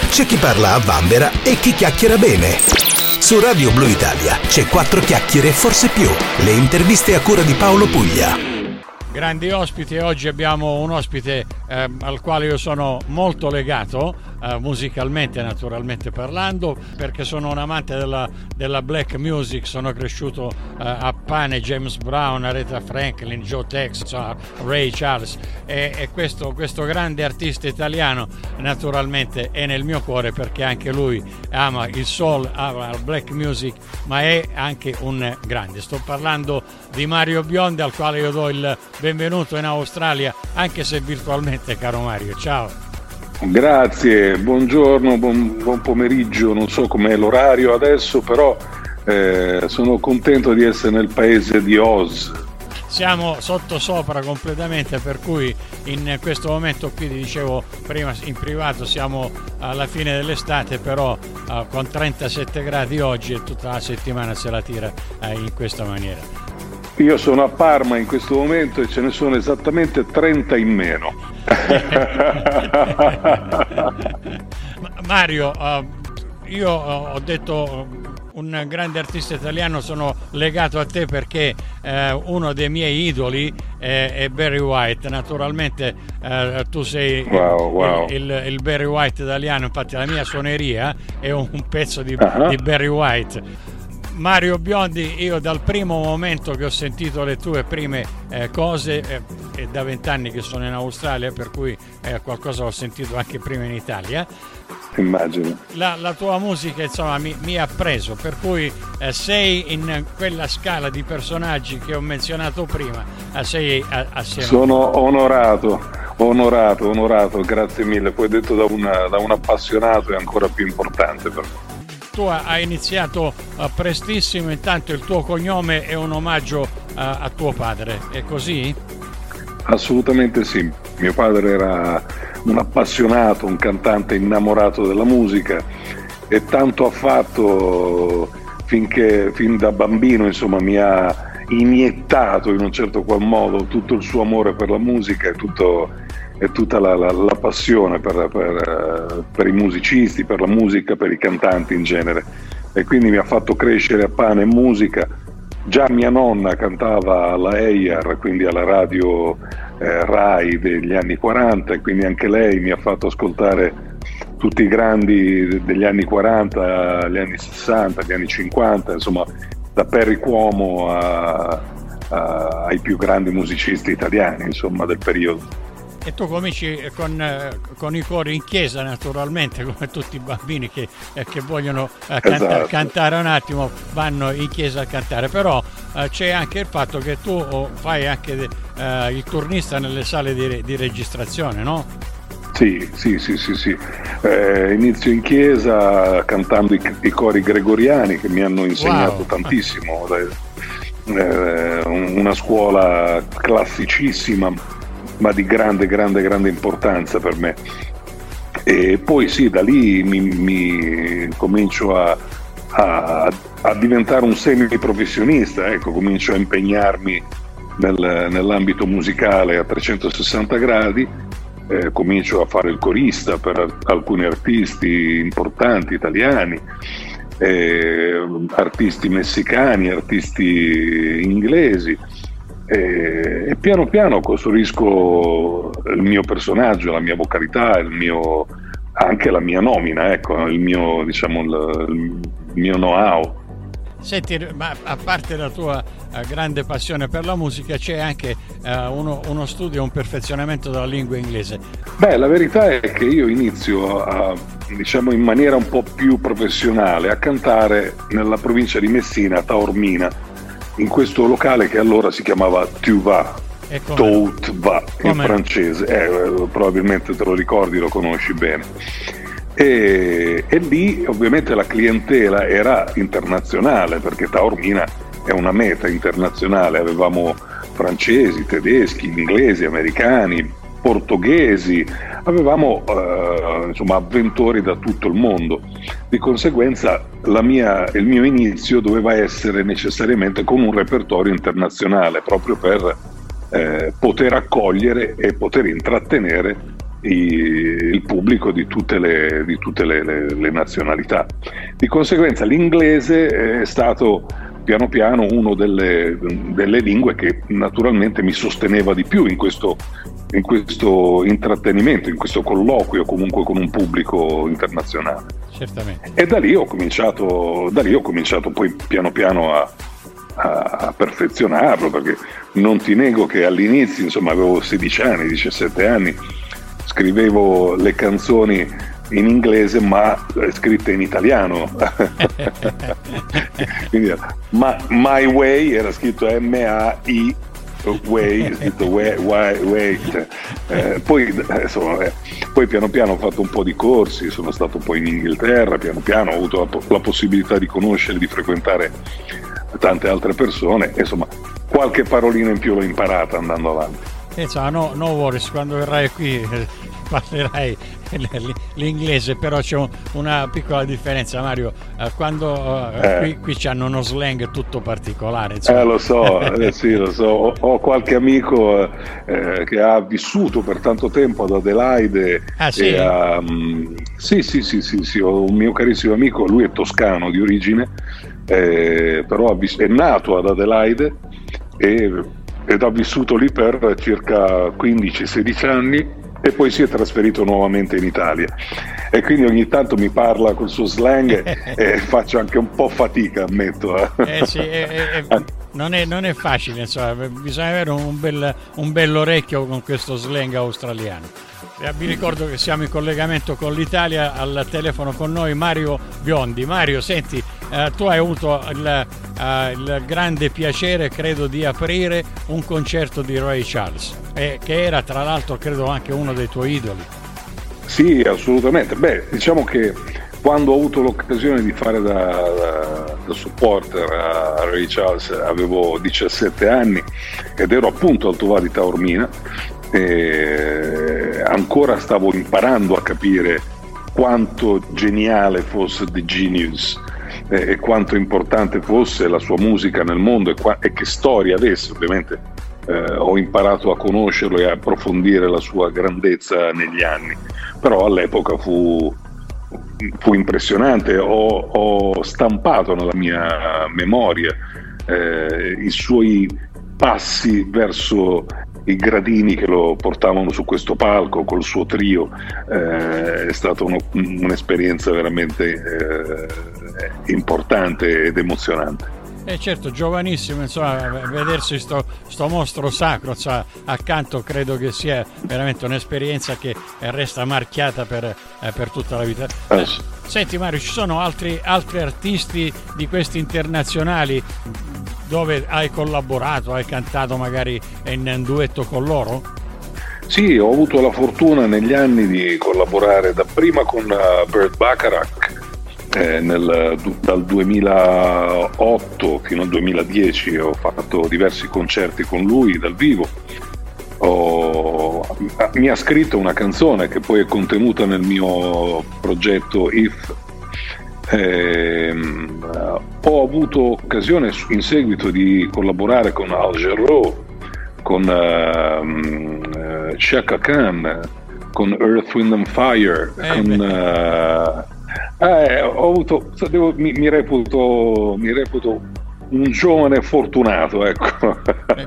c'è chi parla a vanvera e chi chiacchiera bene. Su Radio Blu Italia c'è 4 chiacchiere e forse più. Le interviste a cura di Paolo Puglia. Grandi ospiti, oggi abbiamo un ospite al quale io sono molto legato, musicalmente naturalmente parlando, perché sono un amante della black music, sono cresciuto a Pane, James Brown, Aretha Franklin, Joe Tex, Ray Charles e questo grande artista italiano naturalmente è nel mio cuore, perché anche lui ama il soul, ama la black music, ma è anche un grande. Sto parlando di Mario Biondi, al quale io do il benvenuto in Australia, anche se virtualmente, caro Mario. Ciao. Grazie, buongiorno, buon pomeriggio, non so com'è l'orario adesso, però sono contento di essere nel paese di Oz. Siamo sottosopra completamente, per cui in questo momento qui, ti dicevo prima in privato, siamo alla fine dell'estate, però con 37 gradi oggi e tutta la settimana se la tira in questa maniera. Io sono a Parma in questo momento e ce ne sono esattamente 30 in meno. Mario, io ho detto un grande artista italiano, sono legato a te perché uno dei miei idoli è Barry White. Naturalmente tu sei wow. Il Barry White italiano, infatti la mia suoneria è un pezzo di Barry White. Mario Biondi, io dal primo momento che ho sentito le tue prime cose, è da 20 anni che sono in Australia, per cui qualcosa ho sentito anche prima in Italia. Immagino. La tua musica insomma mi ha preso, per cui sei in quella scala di personaggi che ho menzionato prima, sei assieme. Sono onorato, grazie mille, poi detto da un appassionato è ancora più importante per me. Tu hai iniziato prestissimo, intanto il tuo cognome è un omaggio a tuo padre, è così? Assolutamente sì, mio padre era un appassionato, un cantante innamorato della musica e tanto ha fatto fin da bambino, insomma, mi ha iniettato in un certo qual modo tutto il suo amore per la musica e tutta la passione per i musicisti, per la musica, per i cantanti in genere, e quindi mi ha fatto crescere a pane e musica. Già mia nonna cantava alla EIAR, quindi alla radio Rai degli anni 40, e quindi anche lei mi ha fatto ascoltare tutti i grandi degli anni 40, gli anni 60, gli anni 50, insomma da Perry Como ai più grandi musicisti italiani, insomma, del periodo. E tu cominci con i cori in chiesa, naturalmente, come tutti i bambini che vogliono cantare un attimo, vanno in chiesa a cantare, però c'è anche il fatto che tu fai anche il turnista nelle sale di registrazione, no? Sì. Inizio in chiesa cantando i cori gregoriani, che mi hanno insegnato tantissimo, una scuola classicissima ma di grande importanza per me. E poi sì, da lì mi comincio a diventare un semiprofessionista, ecco, comincio a impegnarmi nell'ambito musicale a 360 gradi, comincio a fare il corista per alcuni artisti importanti italiani, artisti messicani, artisti inglesi. E piano piano costruisco il mio personaggio, la mia vocalità, anche la mia nomina, ecco, il mio know-how. Senti, ma a parte la tua grande passione per la musica, c'è anche uno studio, un perfezionamento della lingua inglese. Beh, la verità è che io inizio in maniera un po' più professionale a cantare nella provincia di Messina, a Taormina, in questo locale che allora si chiamava Tuva, in francese, probabilmente te lo ricordi, lo conosci bene. E lì ovviamente la clientela era internazionale, perché Taormina è una meta internazionale, avevamo francesi, tedeschi, inglesi, americani, portoghesi, avevamo avventori da tutto il mondo. Di conseguenza il mio inizio doveva essere necessariamente con un repertorio internazionale, proprio per poter accogliere e poter intrattenere il pubblico di tutte le nazionalità. Di conseguenza l'inglese è stato piano piano uno delle lingue che naturalmente mi sosteneva di più in questo intrattenimento, in questo colloquio comunque con un pubblico internazionale. Certamente. E da lì ho cominciato poi piano piano a perfezionarlo, perché non ti nego che all'inizio, insomma, avevo 16 anni, 17 anni, scrivevo le canzoni in inglese ma scritte in italiano. Quindi My Way era scritto M-A-I Way, scritto way. Poi piano piano ho fatto un po' di corsi, sono stato poi in Inghilterra, piano piano ho avuto la possibilità di conoscere, di frequentare tante altre persone, insomma qualche parolina in più l'ho imparata andando avanti. Insomma, no worries, quando verrai qui parlerai l'inglese, però c'è una piccola differenza, Mario, quando qui c'hanno uno slang tutto particolare, lo so, sì, lo so, ho qualche amico che ha vissuto per tanto tempo ad Adelaide. Sì? Sì, ho un mio carissimo amico, lui è toscano di origine, però è nato ad Adelaide ed ha vissuto lì per circa 15-16 anni e poi si è trasferito nuovamente in Italia, e quindi ogni tanto mi parla col suo slang e faccio anche un po' fatica, ammetto. Non è facile, insomma, bisogna avere un bell'orecchio con questo slang australiano. Vi ricordo che siamo in collegamento con l'Italia, al telefono con noi Mario Biondi. Mario, senti, tu hai avuto il grande piacere, credo, di aprire un concerto di Ray Charles, che era tra l'altro credo anche uno dei tuoi idoli. Sì, assolutamente. Diciamo che quando ho avuto l'occasione di fare da supporter a Ray Charles avevo 17 anni ed ero appunto al Tovar di Taormina, e ancora stavo imparando a capire quanto geniale fosse The Genius e quanto importante fosse la sua musica nel mondo e che storia avesse. Ovviamente ho imparato a conoscerlo e a approfondire la sua grandezza negli anni, però all'epoca fu impressionante. Ho stampato nella mia memoria i suoi passi verso i gradini che lo portavano su questo palco col suo trio. È stata un'esperienza veramente importante ed emozionante. Certo, giovanissimo, insomma, vedersi sto mostro sacro, insomma, accanto, credo che sia veramente un'esperienza che resta marchiata per tutta la vita. Senti Mario, ci sono altri artisti di questi internazionali dove hai collaborato, hai cantato magari in duetto con loro? Sì, ho avuto la fortuna negli anni di collaborare dapprima con Burt Bacharach, dal 2008 fino al 2010 ho fatto diversi concerti con lui dal vivo. Mi ha scritto una canzone che poi è contenuta nel mio progetto If. Ho avuto occasione in seguito di collaborare con Al Jarreau, con Chaka Khan, con Earth, Wind and Fire, mi reputo un giovane fortunato, ecco.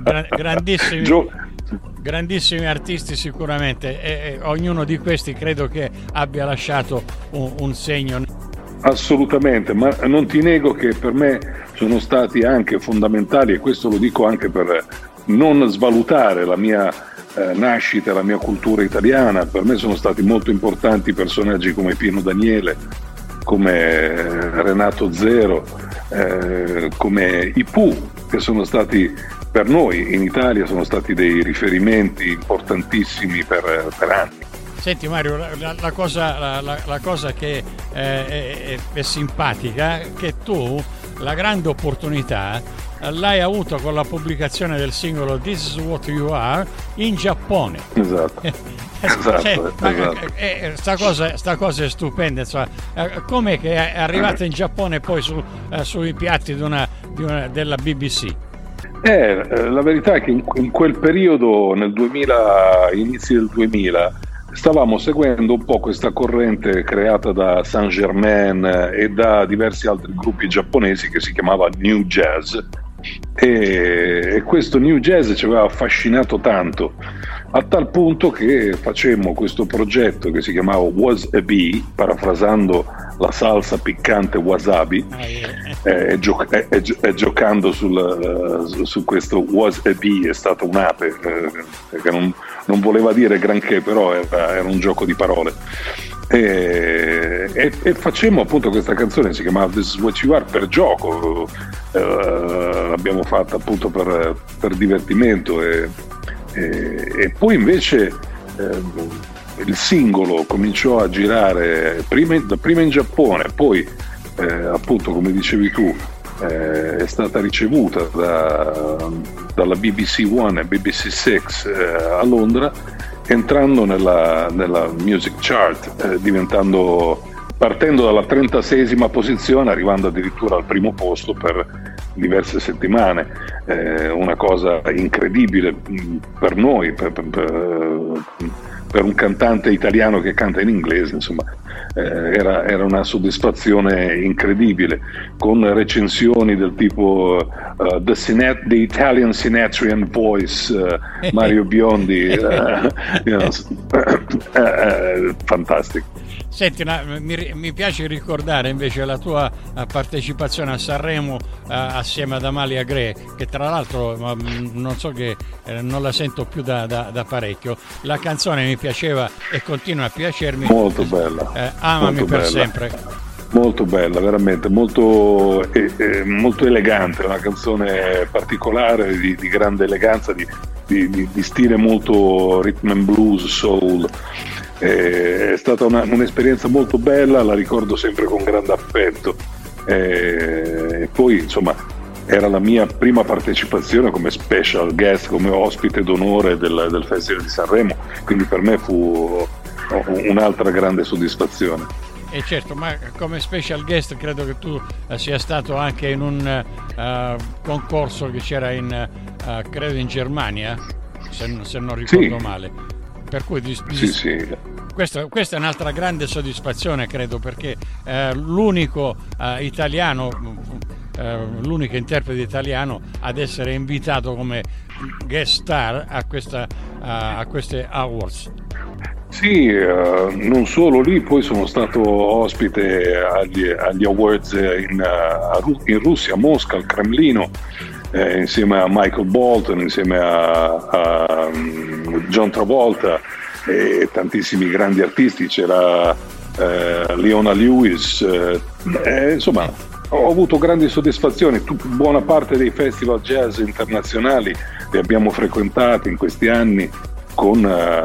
Grandissimi artisti sicuramente, e ognuno di questi credo che abbia lasciato un segno. Assolutamente, ma non ti nego che per me sono stati anche fondamentali, e questo lo dico anche per non svalutare la mia nascita, la mia cultura italiana. Per me sono stati molto importanti personaggi come Pino Daniele, come Renato Zero, come i Pooh, che sono stati per noi in Italia sono stati dei riferimenti importantissimi per anni. Senti Mario, la cosa che è simpatica è che tu la grande opportunità l'hai avuto con la pubblicazione del singolo This Is What You Are in Giappone. Esatto. Sta cosa è stupenda, insomma. Com'è che è arrivata in Giappone e poi sui piatti della BBC? La verità è che in quel periodo, nel 2000, inizi del 2000, stavamo seguendo un po' questa corrente creata da Saint-Germain e da diversi altri gruppi giapponesi che si chiamava New Jazz, e questo New Jazz ci aveva affascinato tanto, a tal punto che facemmo questo progetto che si chiamava Was a Bee, parafrasando la salsa piccante wasabi, e giocando su questo Was a Bee, è stata un'ape, che non voleva dire granché, però era un gioco di parole. E facemmo appunto questa canzone, si chiamava This Is What You Are, per gioco, l'abbiamo fatta appunto per divertimento, e poi invece il singolo cominciò a girare prima in Giappone, poi appunto, come dicevi tu, è stata ricevuta dalla BBC One e BBC Six a Londra, entrando nella Music Chart, partendo dalla 36esima posizione, arrivando addirittura al primo posto per diverse settimane, una cosa incredibile per noi, per un cantante italiano che canta in inglese, insomma, era una soddisfazione incredibile, con recensioni del tipo The Italian Sinatrian Voice, Mario Biondi, fantastico. Senti, mi piace ricordare invece la tua partecipazione a Sanremo assieme ad Amalia Gre, che tra l'altro non so che non la sento più da parecchio. La canzone mi piaceva e continua a piacermi. Molto bella. Amami molto per bella. sempre. Molto bella, veramente, molto elegante, una canzone particolare, di grande eleganza, di stile molto rhythm and blues, soul. È stata un'esperienza molto bella, la ricordo sempre con grande affetto, e poi insomma era la mia prima partecipazione come special guest, come ospite d'onore del Festival di Sanremo, quindi per me fu un'altra grande soddisfazione. E certo, ma come special guest credo che tu sia stato anche in un concorso che c'era credo in Germania, se non ricordo male. Per cui sì. Questa è un'altra grande soddisfazione, credo, perché l'unico italiano, l'unico interprete italiano ad essere invitato come guest star a queste awards. Sì, non solo lì, poi sono stato ospite agli awards in Russia, a Mosca, al Cremlino, insieme a Michael Bolton, insieme a John Travolta e tantissimi grandi artisti. C'era Leona Lewis, insomma ho avuto grandi soddisfazioni. Buona parte dei festival jazz internazionali li abbiamo frequentati in questi anni con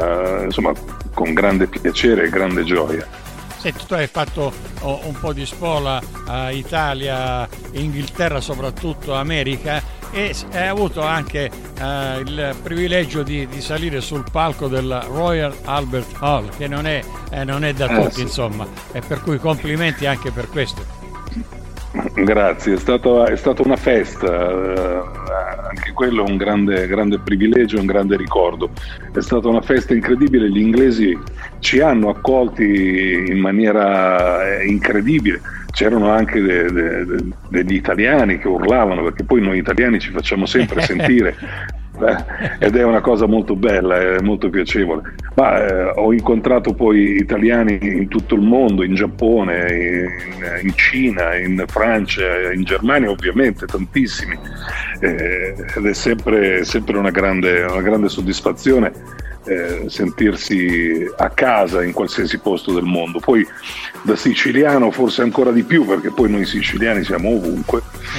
grande piacere e grande gioia. Senti, tu hai fatto un po' di spola a Italia, Inghilterra, soprattutto America, e hai avuto anche il privilegio di salire sul palco del Royal Albert Hall, che non è da tutti, sì. Insomma, e per cui complimenti anche per questo. Grazie, è stata una festa, anche quello è un grande privilegio, un grande ricordo. È stata una festa incredibile, gli inglesi ci hanno accolti in maniera incredibile. C'erano anche degli italiani che urlavano, perché poi noi italiani ci facciamo sempre sentire, ed è una cosa molto bella, è molto piacevole. Ma ho incontrato poi italiani in tutto il mondo, in Giappone, in Cina, in Francia, in Germania ovviamente, tantissimi, ed è sempre una grande soddisfazione sentirsi a casa in qualsiasi posto del mondo. Poi da siciliano forse ancora di più, perché poi noi siciliani siamo ovunque.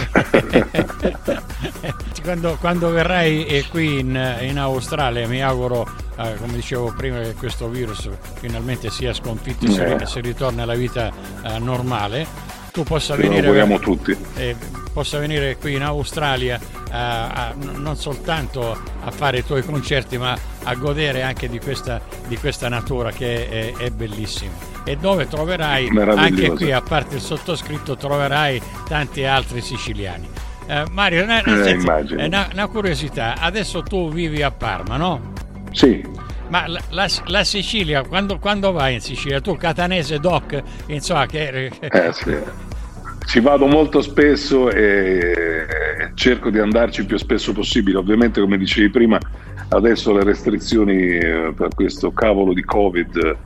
Quando verrai qui in Australia, mi auguro, come dicevo prima, che questo virus finalmente sia sconfitto e si ritorni alla vita normale. Tu possa venire, tutti. Possa venire qui in Australia non soltanto a fare i tuoi concerti, ma a godere anche di questa natura che è bellissima, e dove troverai anche qui, a parte il sottoscritto, troverai tanti altri siciliani. Mario, una curiosità, adesso tu vivi a Parma, no? Sì. Ma la Sicilia, quando vai in Sicilia? Tu catanese doc, insomma che... Sì. Ci vado molto spesso e cerco di andarci il più spesso possibile. Ovviamente, come dicevi prima, adesso le restrizioni per questo cavolo di Covid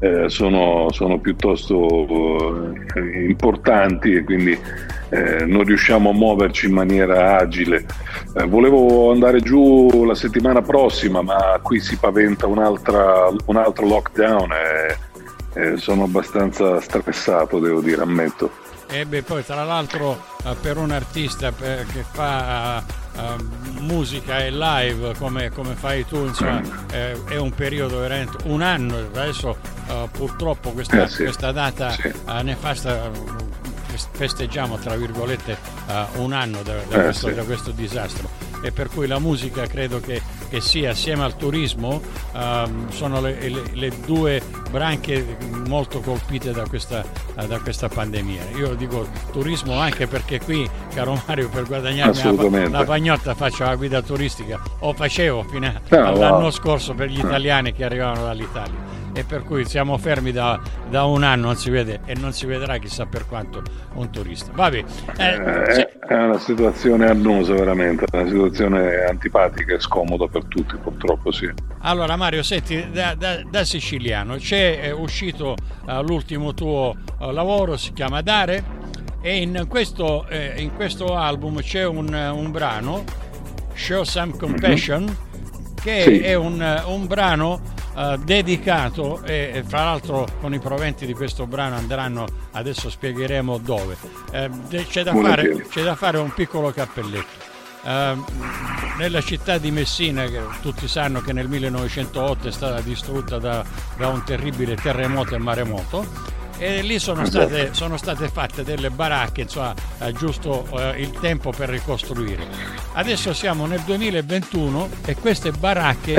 sono piuttosto importanti, e quindi non riusciamo a muoverci in maniera agile. Volevo andare giù la settimana prossima, ma qui si paventa un altro lockdown e sono abbastanza stressato, devo dire, ammetto. E poi tra l'altro per un artista che fa musica e live come fai tu, insomma, è un periodo veramente, un anno adesso, purtroppo questa data nefasta, festeggiamo tra virgolette un anno da questo disastro, e per cui la musica credo che sia, assieme al turismo, sono le due branche molto colpite da questa pandemia. Io dico turismo anche perché qui, caro Mario, per guadagnarmi la pagnotta faccio la guida turistica, o facevo fino all'anno scorso per gli italiani che arrivavano dall'Italia, e per cui siamo fermi da un anno, non si vede e non si vedrà chissà per quanto un turista. Vabbè, è una situazione annosa, veramente, una situazione antipatica e scomoda per tutti, purtroppo, sì. Allora Mario, senti, da siciliano c'è uscito l'ultimo tuo lavoro, si chiama Dare, e in questo album c'è un brano, Show Some Compassion, che è un brano dedicato, e fra l'altro con i proventi di questo brano andranno, adesso spiegheremo dove, c'è da fare un piccolo cappelletto. Nella città di Messina, che tutti sanno che nel 1908 è stata distrutta da un terribile terremoto e maremoto, e lì sono state fatte delle baracche, insomma, giusto il tempo per ricostruire. Adesso siamo nel 2021 e queste baracche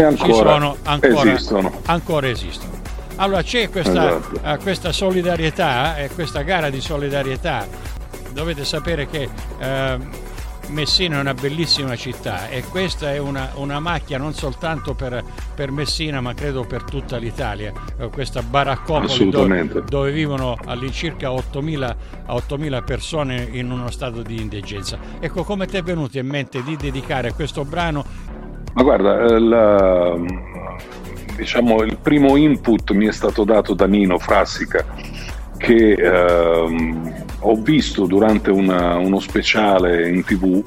ancora esistono. Allora c'è questa solidarietà e questa gara di solidarietà. Dovete sapere che Messina è una bellissima città, e questa è una macchia non soltanto per Messina, ma credo per tutta l'Italia, questa baraccopoli dove vivono all'incirca 8.000 persone in uno stato di indigenza. Ecco, come ti è venuto in mente di dedicare questo brano? Ma guarda, diciamo il primo input mi è stato dato da Nino Frassica, che ho visto durante uno speciale in TV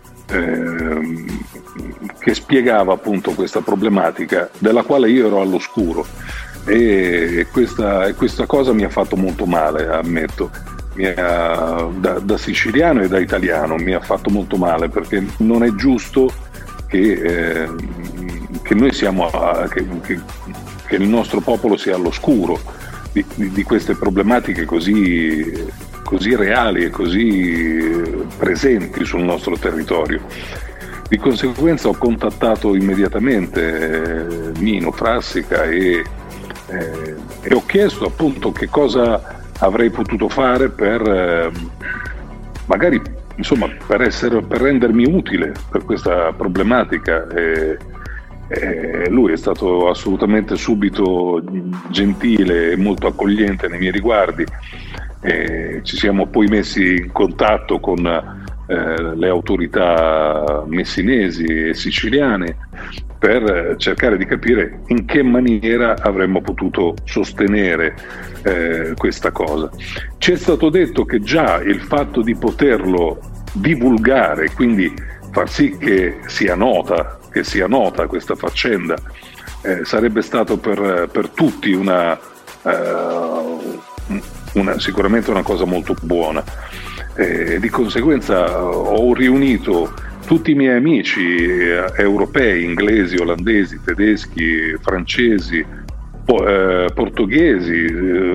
che spiegava appunto questa problematica della quale io ero all'oscuro, e questa cosa mi ha fatto molto male, ammetto. Da siciliano e da italiano mi ha fatto molto male, perché non è giusto che noi che il nostro popolo sia all'oscuro di queste problematiche così reali e così presenti sul nostro territorio. Di conseguenza ho contattato immediatamente Nino Frassica e ho chiesto appunto che cosa avrei potuto fare per magari, insomma, per rendermi utile per questa problematica. Lui è stato assolutamente subito gentile e molto accogliente nei miei riguardi. Ci siamo poi messi in contatto con le autorità messinesi e siciliane per cercare di capire in che maniera avremmo potuto sostenere questa cosa. Ci è stato detto che già il fatto di poterlo divulgare, quindi far sì che sia nota questa faccenda, sarebbe stato per tutti sicuramente una cosa molto buona. Di conseguenza ho riunito tutti i miei amici europei, inglesi, olandesi, tedeschi, francesi, portoghesi,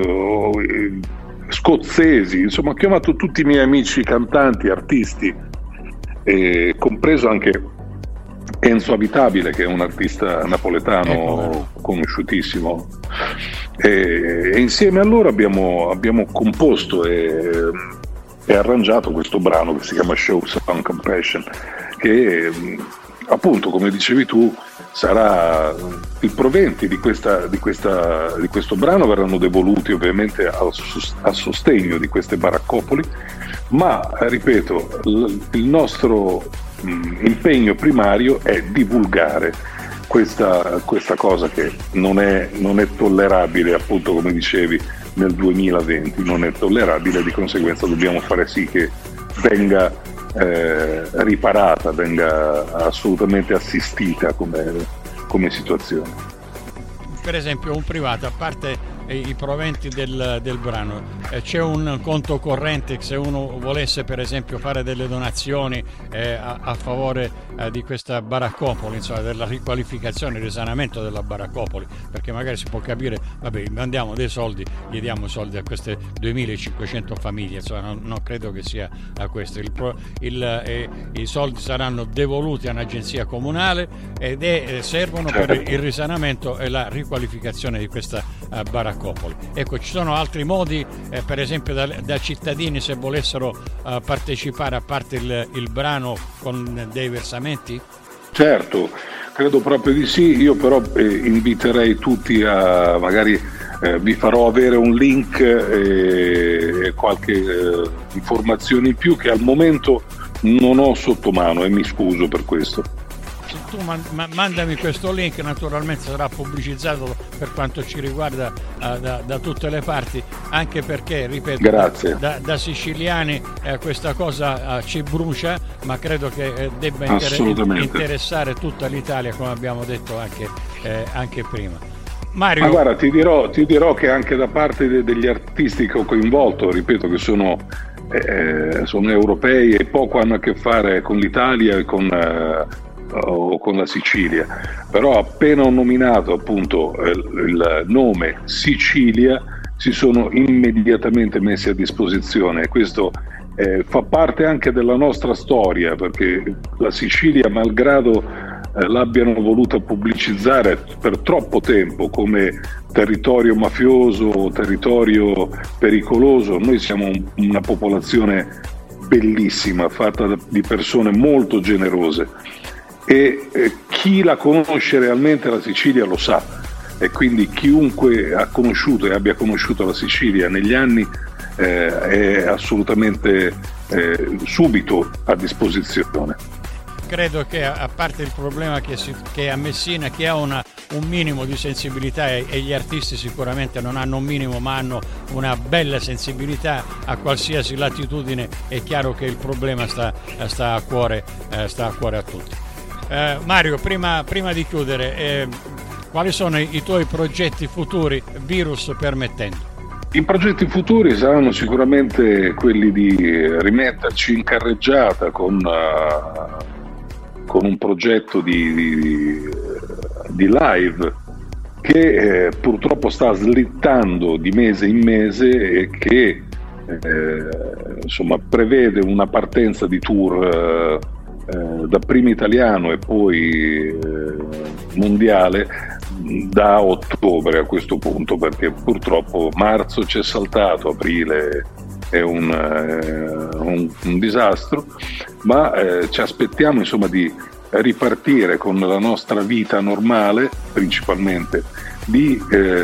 scozzesi, insomma ho chiamato tutti i miei amici cantanti, artisti, compreso anche Enzo Abitabile, che è un artista napoletano conosciutissimo, e insieme a loro abbiamo composto e arrangiato questo brano che si chiama Show Some Compassion, che appunto, come dicevi tu, sarà i proventi di questo brano verranno devoluti ovviamente a sostegno di queste baraccopoli, ma ripeto, il nostro impegno primario è divulgare questa cosa che non è tollerabile, appunto, come dicevi, nel 2020 non è tollerabile, di conseguenza dobbiamo fare sì che venga riparata, venga assolutamente assistita come situazione. Per esempio, un privato, a parte i proventi del brano, c'è un conto corrente se uno volesse per esempio fare delle donazioni a favore di questa baraccopoli, insomma, della riqualificazione e risanamento della baraccopoli, perché magari si può capire, vabbè, mandiamo dei soldi, gli diamo soldi a queste 2500 famiglie, insomma, non credo che sia a questo. I soldi saranno devoluti a un'agenzia comunale ed servono per il risanamento e la riqualificazione di questa baraccopoli. Ecco, ci sono altri modi, per esempio da cittadini, se volessero partecipare, a parte il brano, con dei versamenti? Certo, credo proprio di sì. Io però inviterei tutti a magari vi farò avere un link e qualche informazione in più che al momento non ho sotto mano e mi scuso per questo. Tu mandami questo link, naturalmente sarà pubblicizzato per quanto ci riguarda da tutte le parti, anche perché, ripeto, grazie. Da siciliani questa cosa ci brucia, ma credo che debba interessare tutta l'Italia, come abbiamo detto anche prima. Mario. Ma guarda, ti dirò che anche da parte degli artisti che ho coinvolto, ripeto che sono europei e poco hanno a che fare con l'Italia e o con la Sicilia, però appena ho nominato appunto il nome Sicilia si sono immediatamente messi a disposizione, e questo fa parte anche della nostra storia, perché la Sicilia, malgrado l'abbiano voluta pubblicizzare per troppo tempo come territorio mafioso, territorio pericoloso, noi siamo una popolazione bellissima, fatta di persone molto generose, e chi la conosce realmente la Sicilia lo sa, e quindi chiunque ha conosciuto e abbia conosciuto la Sicilia negli anni è assolutamente subito a disposizione. Credo che, a parte il problema che a Messina chi ha un minimo di sensibilità, e gli artisti sicuramente non hanno un minimo ma hanno una bella sensibilità a qualsiasi latitudine, è chiaro che il problema sta a cuore a tutti. Mario, prima di chiudere, quali sono i tuoi progetti futuri, virus permettendo? I progetti futuri saranno sicuramente quelli di rimetterci in carreggiata con un progetto di live che purtroppo sta slittando di mese in mese e che insomma prevede una partenza di tour dapprima italiano e poi mondiale da ottobre a questo punto, perché purtroppo marzo ci è saltato, aprile è un disastro, ma ci aspettiamo insomma di ripartire con la nostra vita normale, principalmente di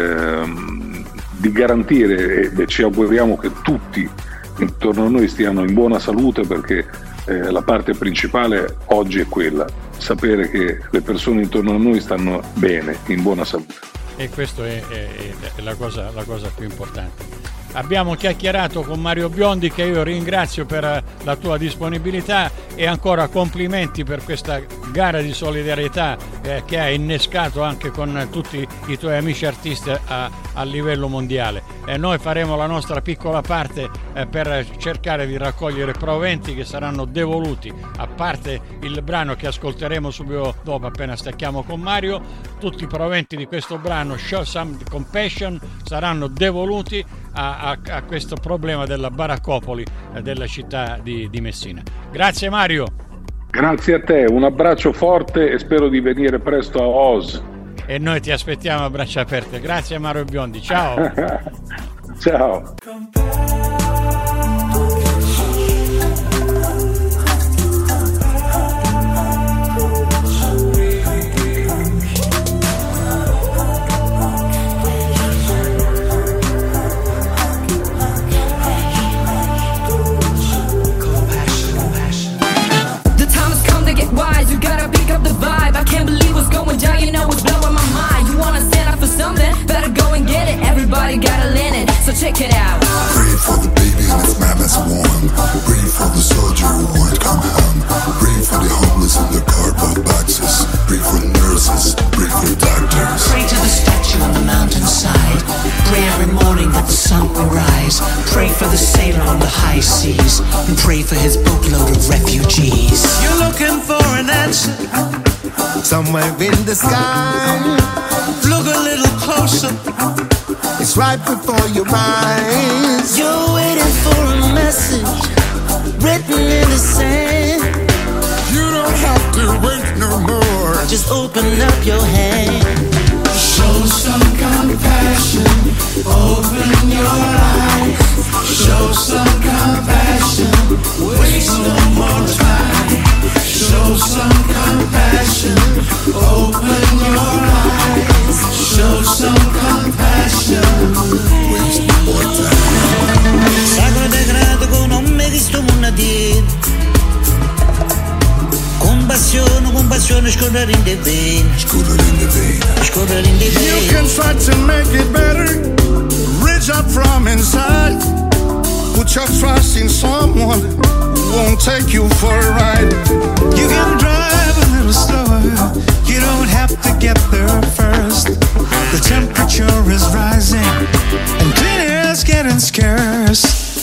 garantire, e ci auguriamo che tutti intorno a noi stiano in buona salute, perché la parte principale oggi è quella, sapere che le persone intorno a noi stanno bene, in buona salute. E questa è la cosa più importante. Abbiamo chiacchierato con Mario Biondi, che io ringrazio per la tua disponibilità, e ancora complimenti per questa gara di solidarietà che hai innescato anche con tutti i tuoi amici artisti a livello mondiale. Noi faremo la nostra piccola parte per cercare di raccogliere proventi che saranno devoluti, a parte il brano che ascolteremo subito dopo appena stacchiamo con Mario. Tutti i proventi di questo brano, Show Some Compassion, saranno devoluti a questo problema della baraccopoli della città di Messina. Grazie Mario. Grazie a te, un abbraccio forte e spero di venire presto a Oz. E noi ti aspettiamo a braccia aperte. Grazie Mario Biondi, ciao. Ciao. check it out. Pray for the baby and its mama's warm. Pray for the soldier who won't come home. Pray for the homeless in the cardboard boxes. Pray for nurses. Pray for doctors. Pray to the statue on the mountainside. Pray every morning that the sun will rise. Pray for the sailor on the high seas. And pray for his boatload of refugees. You're looking for an answer somewhere in the sky. Look a little closer. It's right before your eyes. You're waiting for a message written in the sand. You don't have to wait no more. Just open up your hand. Show some compassion. Open your eyes. Show some compassion. Waste no more time. Show some compassion. Open your eyes. Show some compassion. Waste no more time. Sacro degrado con nome di sto monadì. Compassione, scorrere in the vein. Scorrere in the vein. Scorrere in the vein. You can try to make it better. Reach up from inside. Put your trust in someone who won't take you for a ride. You can drive a little slower. You don't have to get there first. The temperature is rising and clean air's getting scarce.